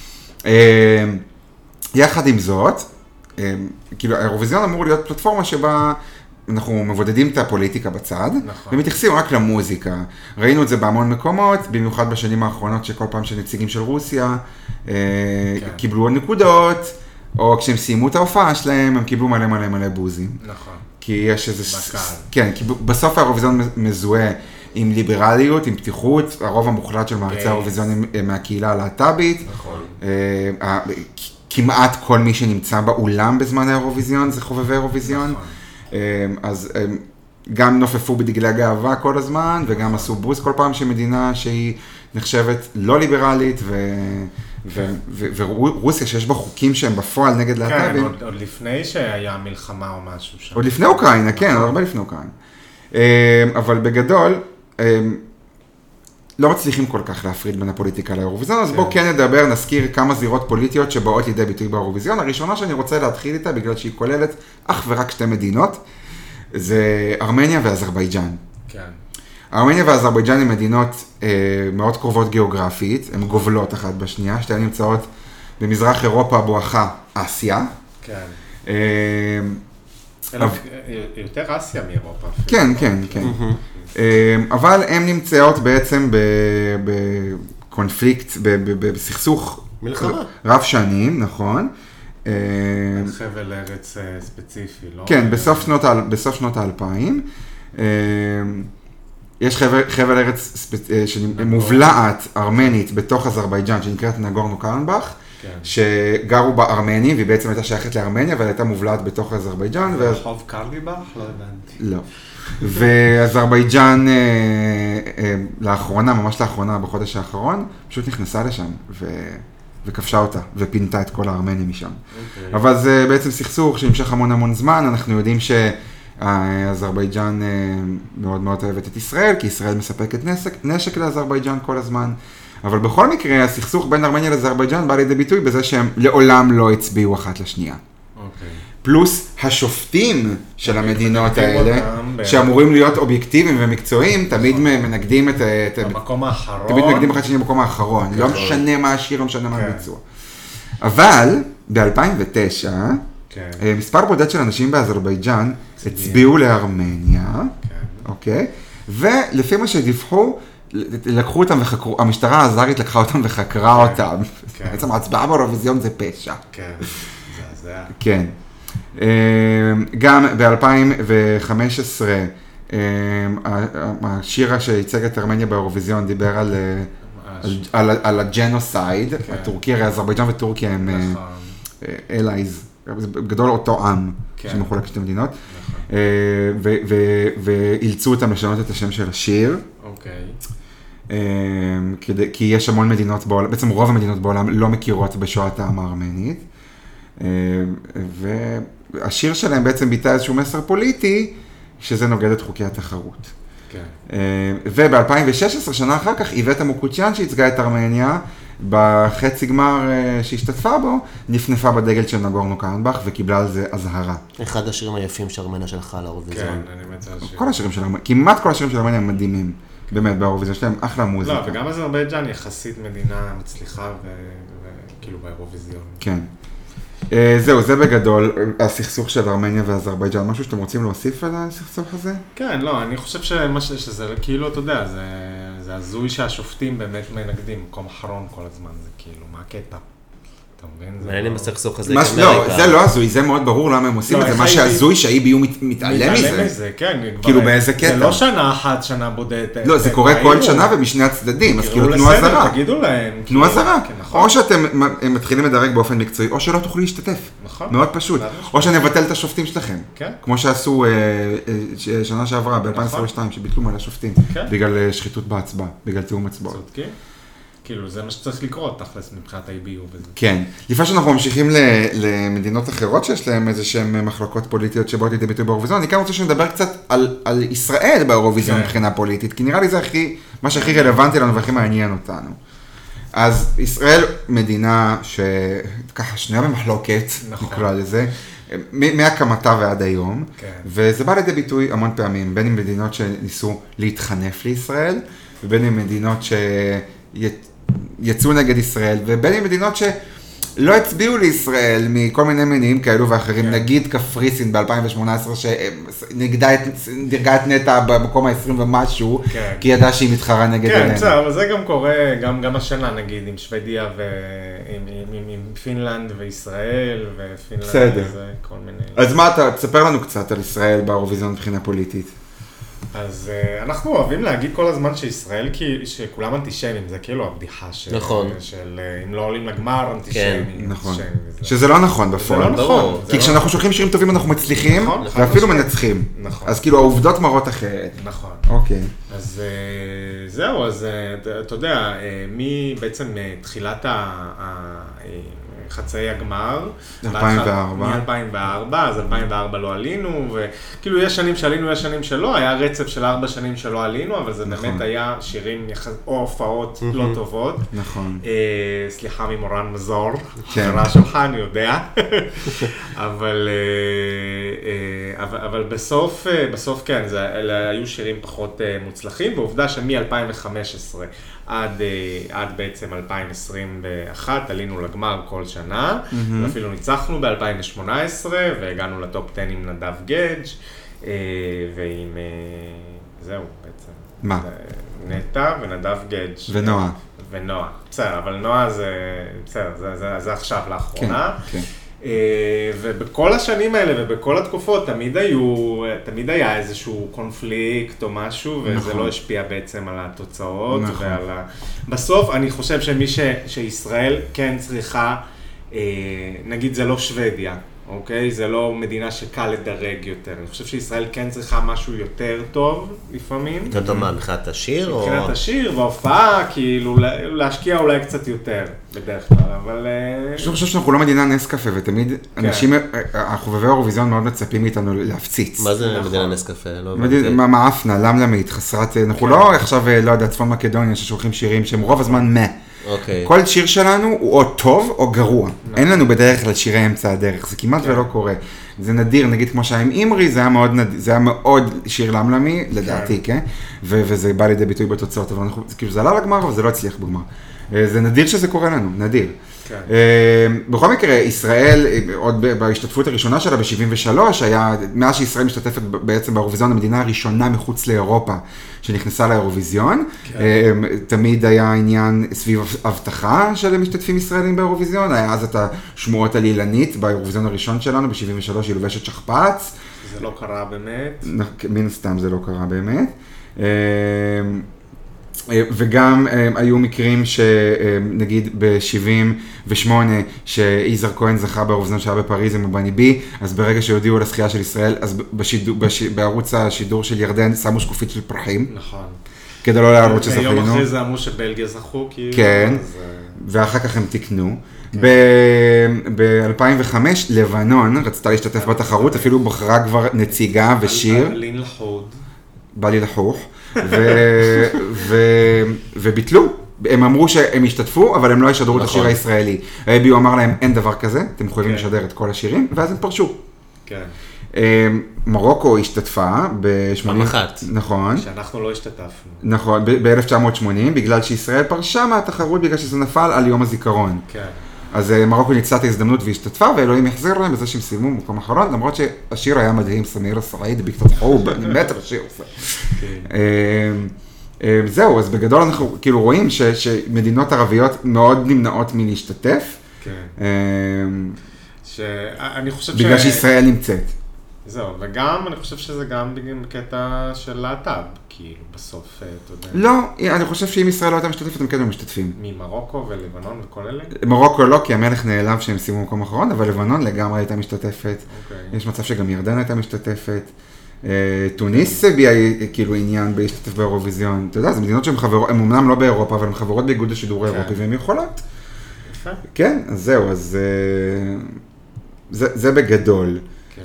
יחד עם זאת, כאילו האירוויזיון אמור להיות פלטפורמה שבה אנחנו מבודדים את הפוליטיקה בצד, נכון. ומתייחסים רק למוזיקה. ראינו את זה בהמון מקומות, במיוחד בשנים האחרונות שכל פעם שנציגים של רוסיה קיבלו נקודות, או כשהם סיימו את ההופעה שלהם, הם קיבלו מלא בוזים. נכון. כי יש איזה... בקהל. כן, כי בסוף האירוויזיון מזוהה עם ליברליות, עם פתיחות, הרוב המוחלט של מעריצי האירוויזיון הם מהקהילה הלהט"בית. נכון. כמעט כל מי שנמצא באולם בזמן האירוויזיון זה חובבי אירוויזיון. אז גם נופפו בדגלי הגאווה כל הזמן, וגם עשו בוז כל פעם שמדינה שהיא נחשבת לא ליברלית, ורוסיה שיש בה חוקים שהם בפועל נגד להט"בים. כן, עוד לפני שהיה מלחמה או משהו שם. עוד לפני אוקראינה, כן, עוד הרבה לפני אוקראינה. אבל בגדול, לא מצליחים כל כך להפריד בין הפוליטיקה לאירוויזיון, אז בואו כן נדבר, נזכיר כמה זירות פוליטיות שבאות לידי ביטוי באירוויזיון. הראשונה שאני רוצה להתחיל איתה, בגלל שהיא כוללת אך ורק שתי מדינות, זה ארמניה ואזרבייג'אן. כן. ארמניה ואזרבייג'אן הן מדינות מאוד קרובות גיאוגרפית, הן גובלות אחת בשנייה, שתיהן נמצאות במזרח אירופה בואכה אסיה. כן. יותר אסיה מאירופה. כן. אבל הן נמצאות בעצם בקונפליקט, בסכסוך רב שנים, חבל ארץ ספציפי, לא? כן, בסוף שנות ה-2000. יש חבל ארץ מובלעת ארמנית בתוך אזרבייג'אן, שנקראת נגורנו קרנבך, שגרו בה ארמנים, והיא בעצם הייתה שייכת לארמניה, אבל הייתה מובלעת בתוך אזרבייג'אן. רחוב קרליבך? לא הבנתי. לא. ואזרבייג'אן לאחרונה, ממש לאחרונה, בחודש האחרון, פשוט נכנסה לשם וכבשה אותה, ופינתה את כל הארמנים משם. אבל זה בעצם סכסוך שנמשך המון זמן, אנחנו יודעים שאזרבייג'אן מאוד מאוד אוהבת את ישראל, כי ישראל מספקת נשק לאזרבייג'אן כל הזמן, אבל בכל מקרה, הסכסוך בין ארמניה לאזרבייג'אן בא לידי ביטוי בזה שהם לעולם לא הצביעו אחת לשנייה. פלוס השופטים של המדינות האלה, שאמורים להיות אובייקטיביים ומקצועיים, תמיד מנגדים במקום האחרון. תמיד מנגדים אחד שני במקום האחרון. לא משנה מה השיר, לא משנה מה הביצוע. אבל ב-2009, מספר בודד של אנשים באזרבייג'אן הצביעו לארמניה, אוקיי? ולפי מה שדיווחו, לקחו אותם וחקרו, המשטרה האזרית לקחה אותם וחקרה אותם. בעצם ההצבעה באירוויזיון זה פשע. כן, זה היה. כן. גם ב-2015, השיר שייצג את ארמניה באירוויזיון דיבר על הג'נוסייד, הטורקי, הרי אזרבייג'אן וטורקיה הם אלייז, בגדול אותו עם שמחולק שתי מדינות, ואילצו אותם לשנות את השם של השיר, כי יש המון מדינות בעולם, בעצם רוב המדינות בעולם לא מכירות בשואת העם הארמנית, והשיר שלהם בעצם ביטא איזשהו מסר פוליטי, שזה נוגד את חוקי התחרות. וב-2016, שנה אחר כך, איבטה מוקוצ'יאן שייצגה את ארמניה, בחצי גמר שהשתתפה בו, נפנפה בדגל של נגורנו קרנבך וקיבלה על זה אזהרה. אחד השירים היפים שארמניה שלחה לאירוויזיון. כן, אני מת על השיר. כל השירים של ארמניה, כמעט כל השירים של ארמניה הם מדהימים. באמת, באירוויזיון שלהם אחלה מוזיקה. לא, וגם אזרבייג'אן יחסית מדינה מצליחה וכאילו באירוויזיון. כן. זהו, זה בגדול הסכסוך של ארמניה ואזרבייג'אן. משהו שאתם רוצים להוסיף על הסכסוך הזה? כן, לא, אני חושב שזה כאילו, אתה יודע, זה הזוי שהשופטים באמת מנגדים, מקום אחרון כל הזמן, זה כאילו, מה הקטע? אתה מבין? מעניין אם הסכסוך הזה לא, זה לא הזוי, זה מאוד ברור למה הם עושים את זה, מה שהזוי שהאי-ביו מתעלם מזה. כן, כאילו באיזה קטע. זה לא שנה אחת, שנה בודדת. לא, זה קורה כל שנה ומשני הצדדים, אז כאילו תנועה זרה. תגידו להם. תנועה זרה. או שאתם מתחילים לדרג באופן מקצועי, או שלא תוכלו להשתתף. נכון. מאוד פשוט. או שנבטל את השופטים שלכם. כן. כמו שעשו שנה שעברה, ב-2022, שביטלו מלא שופטים. בגלל שחיתות בהצבעה, בגלל תיאום הצבעות. כאילו, זה מה שצריך לקרות, תכלס, מבחינת ה-IBU וזה. כן. לפני שאנחנו ממשיכים למדינות אחרות שיש להם איזה שהן מחלוקות פוליטיות שבאות לידי ביטוי באירוויזיון, אני כאן רוצה שנדבר קצת על ישראל באירוויזיון מבחינה פוליטית, כי נראה לי זה מה שהכי רלוונטי לנו והכי מעניין אותנו. אז ישראל מדינה שככה שנויה במחלוקת, נקרא לזה, מהקמתה ועד היום, וזה בא לידי ביטוי המון פעמים, בין עם מדינות שניסו להתחנף לישראל, ובין עם מדינות יצאו נגד ישראל, ובין עם מדינות שלא הצביעו לישראל מכל מיני מניעים כאלו ואחרים, נגיד קפריסין ב-2018 שדירגה את נטע במקום ה-20 ומשהו, כי ידעה שהיא מתחרה נגד אלינו. כן, בסדר, אבל זה גם קורה, גם השנה נגיד, עם שוודיה ועם פינלנד וישראל, ופינלנד וזה, כל מיני... אז מה אתה, תספר לנו קצת על ישראל באירוויזיון מבחינה פוליטית. אז אנחנו אוהבים להגיד כל הזמן שישראל, שכולם אנטישמים, זה כאילו הבדיחה של אם לא עולים לגמר, אנטישמים. נכון, שזה לא נכון בפועל. זה לא נכון. כי כשאנחנו שולחים שירים טובים אנחנו מצליחים, ואפילו מנצחים. אז כאילו העובדות מראות אחרת. נכון. אוקיי. אז זהו, אז אתה יודע, בעצם תחילת חצאי הגמר. 2004. אז 2004 לא עלינו, וכאילו יש שנים שעלינו, יש שנים שלא, היה רצף של 4 שנים שלא עלינו, אבל זה באמת היה שירים או הופעות לא טובות. נכון. סליחה ממורן מזור, חברה שלך, אני יודע. אבל בסוף כן, אלה היו שירים פחות מוצלחים, ועובדה שמ-2015 עד בעצם 2021 עלינו לגמר כל שנה, ואפילו ניצחנו ב-2018, והגענו לטופ 10 עם נדב גדג' ועם, זהו בעצם. מה? נטע ונדב גדג'. ונועה. בסדר, אבל נועה זה עכשיו לאחרונה. כן. ובכל השנים האלה ובכל התקופות תמיד היה איזשהו קונפליקט או משהו, וזה לא השפיע בעצם על התוצאות. בסוף אני חושב שישראל כן צריכה, נגיד זה לא שוודיה, אוקיי? זה לא מדינה שקל לדרג יותר. אני חושב שישראל כן צריכה משהו יותר טוב לפעמים. יותר טוב מה, מבחינת השיר? מבחינת השיר וההופעה, כאילו להשקיע אולי קצת יותר בדרך כלל, אבל... אני חושב שאנחנו לא מדינה נס קפה, ותמיד אנשים, החובבי האירוויזיון מאוד מצפים מאיתנו להפציץ. מה זה מדינה נס קפה? מאפנה, למלמית, חסרת... אנחנו לא עכשיו, לא יודע, צפון מקדוניה ששולחים שירים שהם רוב הזמן כל שיר שלנו הוא או טוב או גרוע. אין לנו בדרך כלל שירי אמצע הדרך, זה כמעט ולא קורה. זה נדיר, נגיד כמו שהיה עם אימרי, זה היה מאוד שיר למלמי, לדעתי, כן? וזה בא לידי ביטוי בתוצאות, אבל כאילו זה עלה לגמר, אבל זה לא הצליח בגמר. זה נדיר שזה קורה לנו, נדיר. בכל מקרה, ישראל, עוד בהשתתפות הראשונה שלה ב-73, מאז שישראל משתתפת בעצם באירוויזיון, המדינה הראשונה מחוץ לאירופה שנכנסה לאירוויזיון, תמיד היה עניין סביב הבטחה של משתתפים ישראלים באירוויזיון, היה אז את השמועות על אילנית באירוויזיון הראשון שלנו, ב-73 היא לובשת שכפ"ץ. זה לא קרה באמת. מן הסתם זה לא קרה באמת. וגם היו מקרים שנגיד ב-78 שיזהר כהן זכה באירוויזיון שהיה בפריז עם בני בי, אז ברגע שהודיעו על הזכייה של ישראל, אז בערוץ השידור של ירדן שמו שקופית של פרחים. נכון. כדי לא להראות שזכינו. יום אחרי זה אמרו שבלגיה זכו, כן, ואחר כך הם תקנו. ב-2005 לבנון רצתה להשתתף בתחרות, אפילו בחרה כבר נציגה ושיר. בא לי לחוך. וביטלו, הם אמרו שהם השתתפו, אבל הם לא ישדרו את השיר הישראלי. ה-IBU אמר להם, אין דבר כזה, אתם יכולים לשדר את כל השירים, ואז הם פרשו. מרוקו השתתפה פעם אחת. נכון. שאנחנו לא השתתפנו. נכון, ב-1980, בגלל שישראל פרשה מהתחרות, בגלל שזה נפל על יום הזיכרון. כן. אז מרוקו ניצלה את ההזדמנות והשתתפה, ואלוהים יחזיר להם בזה שהם סיימו במקום אחרון, למרות שהשיר היה מדהים, סמיר סעיד, בקצת חוב, אני מת על השיר הזה. זהו, אז בגדול אנחנו כאילו רואים שמדינות ערביות מאוד נמנעות מלהשתתף, שאני חושב בגלל שישראל נמצאת. זהו, וגם, אני חושב שזה גם בקטע של להט"ב, כאילו, בסוף, אתה יודע. לא, אני חושב שאם ישראל לא הייתה משתתפת, הם כן לא משתתפים. ממרוקו ולבנון וכל אלה? מרוקו לא, כי המלך נעלב שהם סיימו במקום אחרון, אבל לבנון לגמרי הייתה משתתפת. יש מצב שגם ירדן הייתה משתתפת. טוניס הביאה כאילו עניין בהשתתף באירוויזיון. אתה יודע, זה מדינות שהן חברות, הן אמנם לא באירופה, אבל הן חברות באיגוד השידור האירופי, והן יכולות. יפה. כן, אז זהו, אז זה בגדול.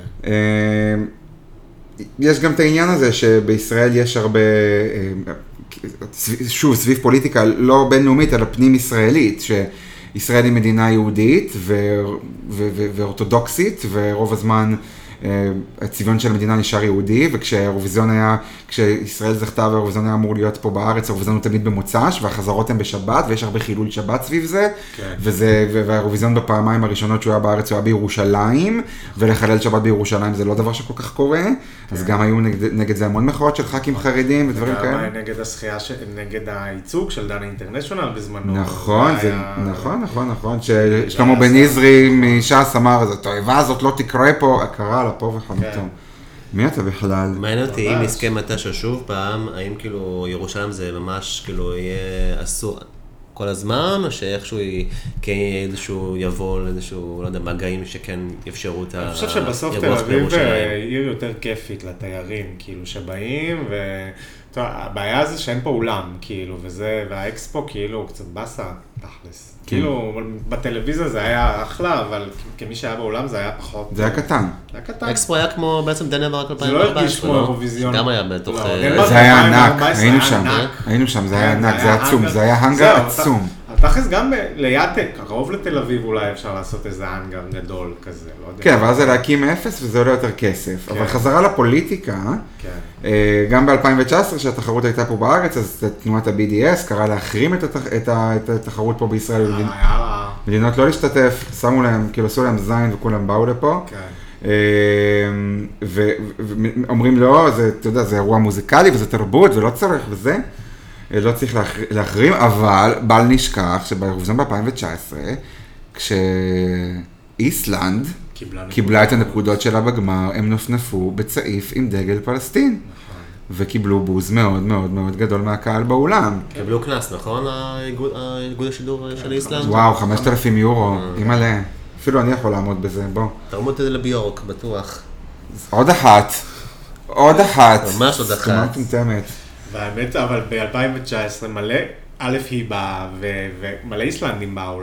יש גם את העניין הזה שבישראל יש הרבה, שוב, סביב פוליטיקה לא בינלאומית, אלא פנים ישראלית, שישראל היא מדינה יהודית ואורתודוקסית, ורוב הזמן הצביון של המדינה נשאר יהודי, וכשהאירוויזיון היה, כשישראל זכתה והאירוויזיון היה אמור להיות פה בארץ, האירוויזיון הוא תמיד במוצ"ש, והחזרות הן בשבת, ויש הרבה חילול שבת סביב זה, והאירוויזיון בפעמיים הראשונות שהוא היה בארץ, הוא היה בירושלים, ולחלל שבת בירושלים זה לא דבר שכל כך קורה, אז גם היו נגד זה המון מחאות של ח"כים חרדים ודברים כאלה. וגם נגד הזכייה, נגד הייצוג של דנה אינטרנשיונל בזמנו. נכון, ששלמה בן עזרי מש"ס אמר, את האיבה הזאת לא תקרה פה, קרה לה פה וחמתו. מי אתה בכלל? מעניין אותי, אם נזכה מתישהו שוב פעם, האם כאילו ירושלים זה ממש כאילו יהיה אסור כל הזמן, או שאיכשהו כן איזשהו יבוא לאיזשהו, לא יודע, מגעים שכן יאפשרו את אני חושב שבסוף תל אביב עיר יותר כיפית לתיירים, כאילו שבאים הבעיה זה שאין פה אולם, כאילו, וזה, והאקספו כאילו קצת בסה, תכלס. כאילו, בטלוויזיה זה היה אחלה, אבל כמי שהיה באולם זה היה פחות... זה היה קטן. האקספו היה כמו בעצם דנמרק 2014. זה לא הרגיש כמו אירוויזיון. גם היה בתוך... זה היה ענק, היינו שם, זה היה ענק, זה היה עצום, זה היה הנגר עצום. תכלס גם ליד, קרוב לתל אביב אולי אפשר לעשות איזה הנגר גדול כזה, לא יודע. כן, ואז זה להקים מאפס וזה עולה יותר כסף. אבל חזרה לפוליטיקה, גם ב-2019 שהתחרות הייתה פה בארץ, אז תנועת ה-BDS קרא להחרים את התחרות פה בישראל. מדינות לא להשתתף, שמו להם, כאילו עשו להם זין וכולם באו לפה. ואומרים לא, אתה יודע, זה אירוע מוזיקלי וזה תרבות ולא צריך וזה. לא צריך להחרים, אבל בל נשכח שבאירוויזיון ב-2019, כשאיסלנד קיבלה את הנקודות שלה בגמר, הם נופנפו בצעיף עם דגל פלסטין, וקיבלו בוז מאוד מאוד מאוד גדול מהקהל באולם. קיבלו קנס, נכון? האיגוד השידור של איסלנד? וואו, 5,000 יורו, אימא'לה. אפילו אני יכול לעמוד בזה, בוא. תרמו את זה לביורק, בטוח. עוד אחת. ממש עוד אחת. סתומה מטומטמת. והאמת, אבל ב-2019 מלא, א' היא באה, ומלא איסלנדים באו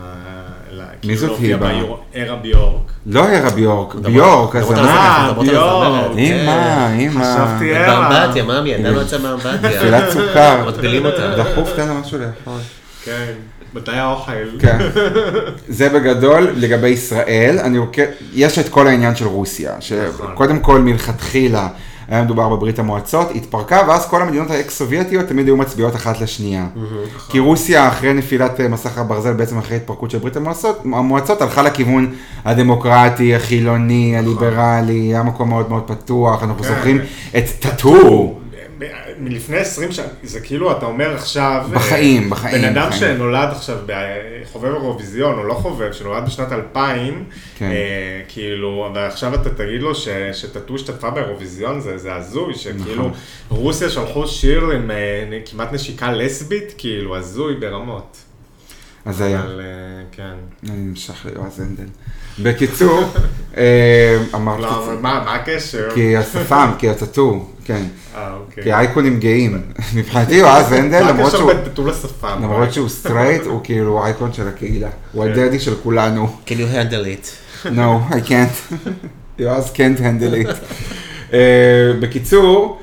מי זאת היא באה? ערה ביורק. לא ערה ביורק, ביורק, אז ביורק. אמא. חשבתי ערה. באמבטיה, מאמי, ידענו את זה מהאמבטיה. תפילת סוכר. מטבילים אותה. דחוף, תן לה משהו לאכול. כן, מתי האוכל. כן. זה בגדול לגבי ישראל, יש את כל העניין של רוסיה, שקודם כל מלכתחילה, היה מדובר בברית המועצות, התפרקה, ואז כל המדינות האקס-סובייטיות תמיד היו מצביעות אחת לשנייה. כי רוסיה, אחרי נפילת מסך הברזל, בעצם אחרי התפרקות של ברית המועצות, הלכה לכיוון הדמוקרטי, החילוני, הליברלי, היה מקום מאוד מאוד פתוח, אנחנו זוכרים את טאטו. מלפני 20 שנה, זה כאילו, אתה אומר עכשיו... בחיים. בן אדם שנולד עכשיו בחובב אירוויזיון, או לא חובב, שנולד בשנת 2000, כאילו, ועכשיו אתה תגיד לו שטאטו השתתפה באירוויזיון, זה הזוי, שכאילו, רוסיה שלחו שיר עם כמעט נשיקה לסבית, כאילו, הזוי ברמות. אז היה. כן. אני נמשך ליועז הנדל. בקיצור, אמרתי... לא, מה הקשר? כי השפם, כי הטאטו, כן. אוקיי. כי אייקונים גאים. מבחינתי יועז הנדל, למרות שהוא... מה הקשר בין טאטו לשפם? למרות שהוא סטרייט, הוא כאילו אייקון של הקהילה. הוא הדדי של כולנו. Can you handle it? No, I can't. יועז can't handle it. בקיצור,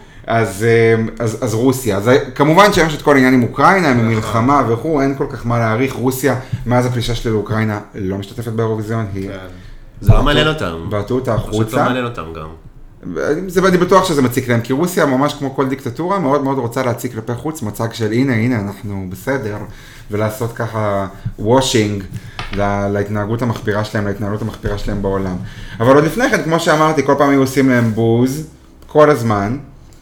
אז רוסיה, אז כמובן שיש את כל העניין עם אוקראינה, עם מלחמה וכו', אין כל כך מה להעריך, רוסיה, מאז הפלישה שלי לאוקראינה, לא משתתפת באירוויזיון, היא... זה לא מעניין אותם. בעטו אותה החוצה. פשוט לא מעניין אותם גם. אני בטוח שזה מציק להם, כי רוסיה ממש כמו כל דיקטטורה, מאוד מאוד רוצה להציק כלפי חוץ, מצג של הנה, אנחנו בסדר, ולעשות ככה וושינג להתנהגות המחפירה שלהם, להתנהלות המחפירה שלהם בעולם. אבל עוד לפני כן, כמו שאמרתי, כל פעם היו עושים להם בוז, כל הזמן,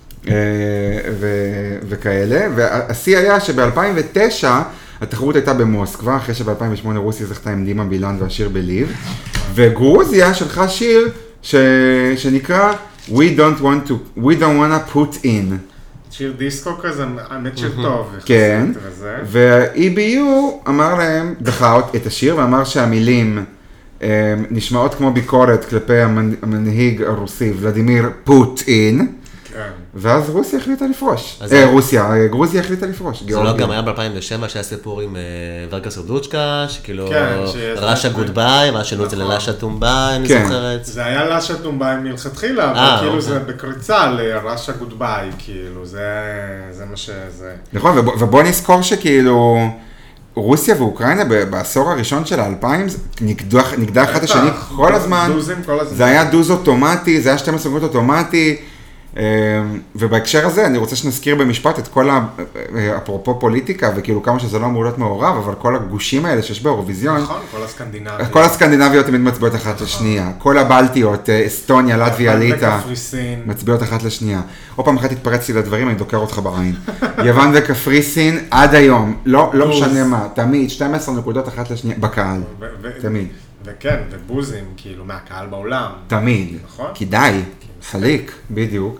וכאלה, והשיא היה שב-2009, התחרות הייתה במוסקבה, אחרי שב-2008 רוסיה זכתה עם דימה בילן והשיר בליב, וגרוזיה שלחה שיר שנקרא We don't want to put in. שיר דיסקו כזה, האמת שיר טוב. כן, וה-EBU אמר להם, דחה את השיר ואמר שהמילים נשמעות כמו ביקורת כלפי המנהיג הרוסי, ולדימיר פוטין, ואז רוסיה החליטה לפרוש. גרוזיה החליטה לפרוש. זה לא גם היה ב-2007 שהיה סיפור עם ורקה סרדוצ'קה, שכאילו רשא גודביי, מה שינו את זה ללאשה טומביי, אני זוכרת. זה היה לאשה טומביי מלכתחילה, אבל כאילו זה בקריצה לרשא גודביי, כאילו זה מה שזה. נכון, ובוא נזכור שכאילו רוסיה ואוקראינה בעשור הראשון של ה-2000 נגדה אחד השני כל הזמן. זה היה דוז אוטומטי, זה היה 12 סוגות אוטומטי. ובהקשר הזה אני רוצה שנזכיר במשפט את כל אפרופו פוליטיקה וכאילו כמה שזה לא אמור להיות מעורב, אבל כל הגושים האלה שיש באירוויזיון, נכון, כל הסקנדינביות תמיד מצביעות אחת לשנייה, כל הבלטיות, אסטוניה, לטביה, ליטא, מצביעות אחת לשנייה. עוד פעם אחת התפרצתי לדברים, אני דוקר אותך בעין. יוון וקפריסין עד היום, לא משנה מה, תמיד 12 נקודות אחת לשנייה, בקהל, תמיד. וכן, ובוזים כאילו מהקהל בעולם. תמיד, נכון? כדאי. חליק, בדיוק.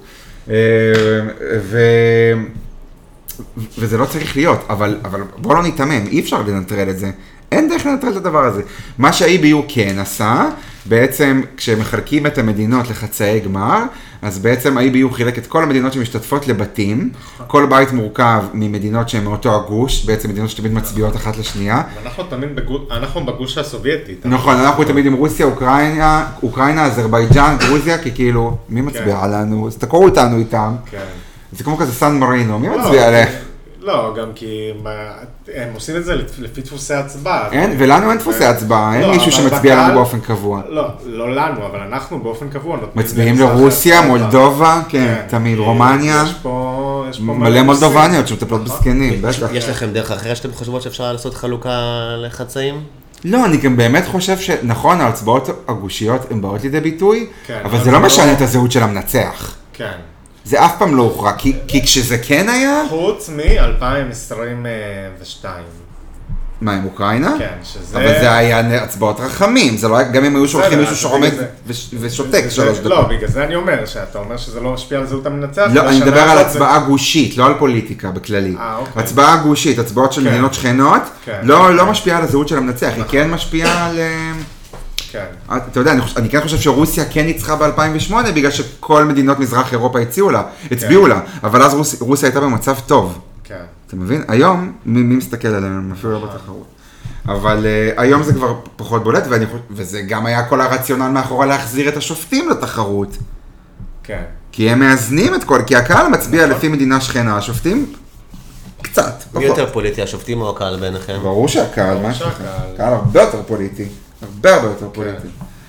וזה לא צריך להיות, אבל בוא לא נתאמן, אי אפשר לנטרל את זה. אין דרך לנטרל את הדבר הזה. מה שה-EBU כן עשה, בעצם כשמחלקים את המדינות לחצאי גמר, אז בעצם ה-EBU חילק את כל המדינות שמשתתפות לבתים, כל בית מורכב ממדינות שהן מאותו הגוש, בעצם מדינות שתמיד מצביעות אחת לשנייה. אנחנו בגוש הסובייטית. נכון, אנחנו תמיד עם רוסיה, אוקראינה, אזרבייג'אן, גרוזיה, כי כאילו, מי מצביע עלינו? אז תקורו אותנו איתם. זה כמו כזה סן מרינו, מי מצביע עליך? לא, גם כי הם עושים את זה לפי דפוסי הצבעה. ולנו אין דפוסי הצבעה, אין מישהו שמצביע לנו באופן קבוע. לא לנו, אבל אנחנו באופן קבוע מצביעים לרוסיה, מולדובה, כן, תמיד, רומניה. יש פה מלא מולדובניות שמטפלות בסקנים, בטח. יש לכם דרך אחרת שאתם חושבות שאפשר לעשות חלוקה לחצאים? לא, אני גם באמת חושב שנכון, ההצבעות הגושיות הן באות לידי ביטוי, אבל זה לא משנה את הזהות של המנצח. כן. זה אף פעם לא הוכרע, כי כשזה כן היה... חוץ מ-2022. מה, עם אוקראינה? כן, שזה... אבל זה היה הצבעות רחמים, זה לא היה, גם אם היו שולחים מישהו שעומד ושותק 3 דקות. לא, בגלל זה אני אומר, שאתה אומר שזה לא משפיע על זהות המנצח. לא, אני מדבר על הצבעה גושית, לא על פוליטיקה בכללי. הצבעה גושית, הצבעות של מדינות שכנות, לא משפיעה על הזהות של המנצח, היא כן משפיעה על... אתה יודע, אני כן חושב שרוסיה כן ניצחה ב-2008 בגלל שכל מדינות מזרח אירופה הצביעו לה, אבל אז רוסיה הייתה במצב טוב. אתה מבין? היום, מי מסתכל עליהם? אפילו לא בתחרות. אבל היום זה כבר פחות בולט, וזה גם היה כל הרציונל מאחורה להחזיר את השופטים לתחרות. כן. כי הם מאזנים את כל, כי הקהל מצביע לפי מדינה שכנה, השופטים קצת. מי יותר פוליטי, השופטים או הקהל ביניכם? ברור שהקהל, מה שלך? הקהל הרבה יותר פוליטי. הרבה יותר פוליטי.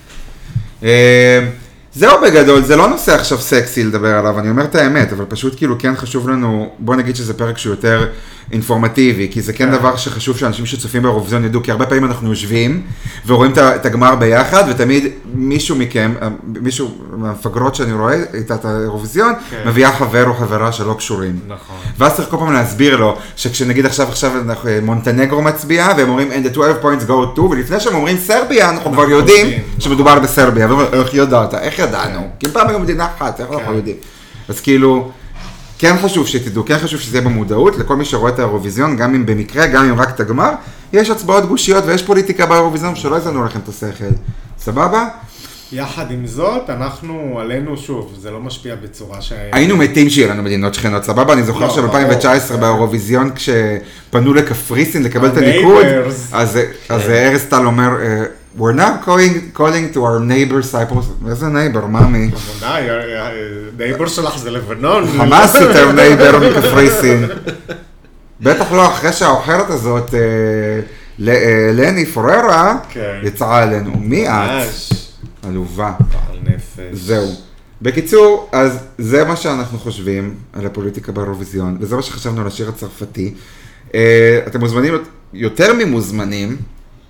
זהו בגדול, זה לא נושא עכשיו סקסי לדבר עליו, אני אומר את האמת, אבל פשוט כאילו כן חשוב לנו, בוא נגיד שזה פרק שהוא יותר אינפורמטיבי, כי זה כן דבר שחשוב שאנשים שצופים באירוויזיון ידעו, כי הרבה פעמים אנחנו יושבים ורואים את הגמר ביחד, ותמיד מישהו מכם, מישהו מהמפגרות שאני רואה איתה את האירוויזיון, מביאה חבר או חברה שלא קשורים. נכון. ואז צריך כל פעם להסביר לו, שכשנגיד עכשיו מונטנגרו מצביע, והם אומרים and the 12 points go to, ולפני שהם אומרים סרביה, אנחנו כבר יודעים שמדובר בסרביה, ואומרים, איך ידעת? איך ידענו? כי פעם היו מדינה אחת, איך אנחנו יודעים? אז כאילו, כן חשוב שתדעו, כן חשוב שזה יהיה במודעות, לכל מי שרואה את האירוויזיון, גם אם במקרה, גם אם רק את הגמר, יש הצבעות גושיות ויש פוליטיקה באירוויזיון שלא יזנו לכם את השכל. סבבה? יחד עם זאת, אנחנו עלינו שוב, זה לא משפיע בצורה היינו מתים שיהיה לנו מדינות שכנות, סבבה? אני זוכר שב-2019 באירוויזיון, כשפנו לקפריסין לקבל את הניקוד, אז ארז טל אומר, we're now calling to our neighbor Cyprus. איזה נייבר, מאמי? נייבר שלך זה לבנון. חמאס יותר נייבר מקפריסין. בטח לא, אחרי שהאוחרת הזאת, לני פוררה, יצאה עלינו. מי את? עלובה. זהו. בקיצור, אז זה מה שאנחנו חושבים על הפוליטיקה באירוויזיון, וזה מה שחשבנו על השיר הצרפתי. אתם מוזמנים, יותר ממוזמנים,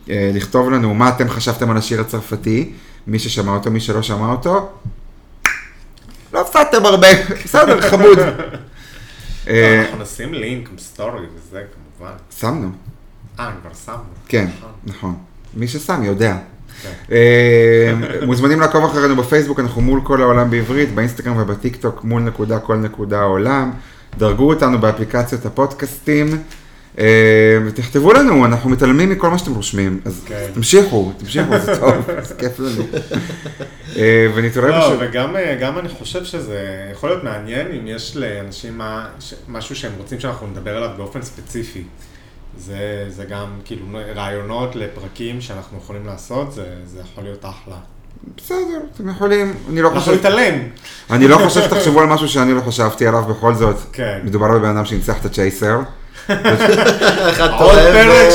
לכתוב לנו מה אתם חשבתם על השיר הצרפתי, מי ששמע אותו, מי שלא שמע אותו. לא הפתתם הרבה, בסדר, חמוד. אנחנו נשים לינק בסטורי וזה כמובן. שמנו. כבר שמנו. כן, נכון. מי ששם יודע. מוזמנים לעקוב אחרינו בפייסבוק, אנחנו מול כל העולם בעברית, באינסטגרם ובטיקטוק, מול נקודה כל נקודה העולם. דרגו אותנו באפליקציות הפודקאסטים, ותכתבו לנו, אנחנו מתעלמים מכל מה שאתם רושמים, אז תמשיכו, זה טוב, זה כיף לנו. ונתראה לא, וגם אני חושב שזה יכול להיות מעניין אם יש לאנשים משהו שהם רוצים שאנחנו נדבר עליו באופן ספציפי. זה גם כאילו רעיונות לפרקים שאנחנו יכולים לעשות, זה יכול להיות אחלה. בסדר, אתם יכולים, אני לא אנחנו נתעלם. אני לא חושב שתחשבו על משהו שאני לא חשבתי עליו בכל זאת. כן. מדובר על בן אדם שניצח את הצ'ייסר. עוד פרק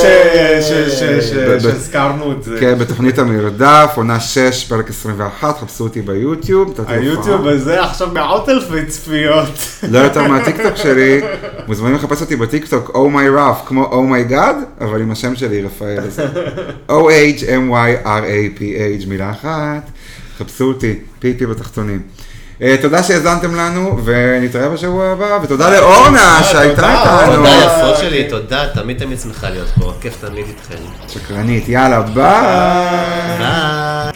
שהזכרנו את זה. כן, בתוכנית המרדף, עונה 6, פרק 21, חפשו אותי ביוטיוב. היוטיוב הזה עכשיו 100,000 צפיות. לא יותר מהטיקטוק שלי, מוזמנים לחפש אותי בטיקטוק, Oh My Raf, כמו Oh My God, אבל עם השם שלי, רפאל. OHMYRAPH, מילה אחת, חפשו אותי, פיפי בתחתונים. תודה שהזנתם לנו, ונתראה בשבוע הבא, ותודה לאורנה שהייתה איתנו. תודה יפות שלי, תודה, תמיד שמחה להיות פה, כיף תמיד איתכם. שקרנית, יאללה, ביי. ביי.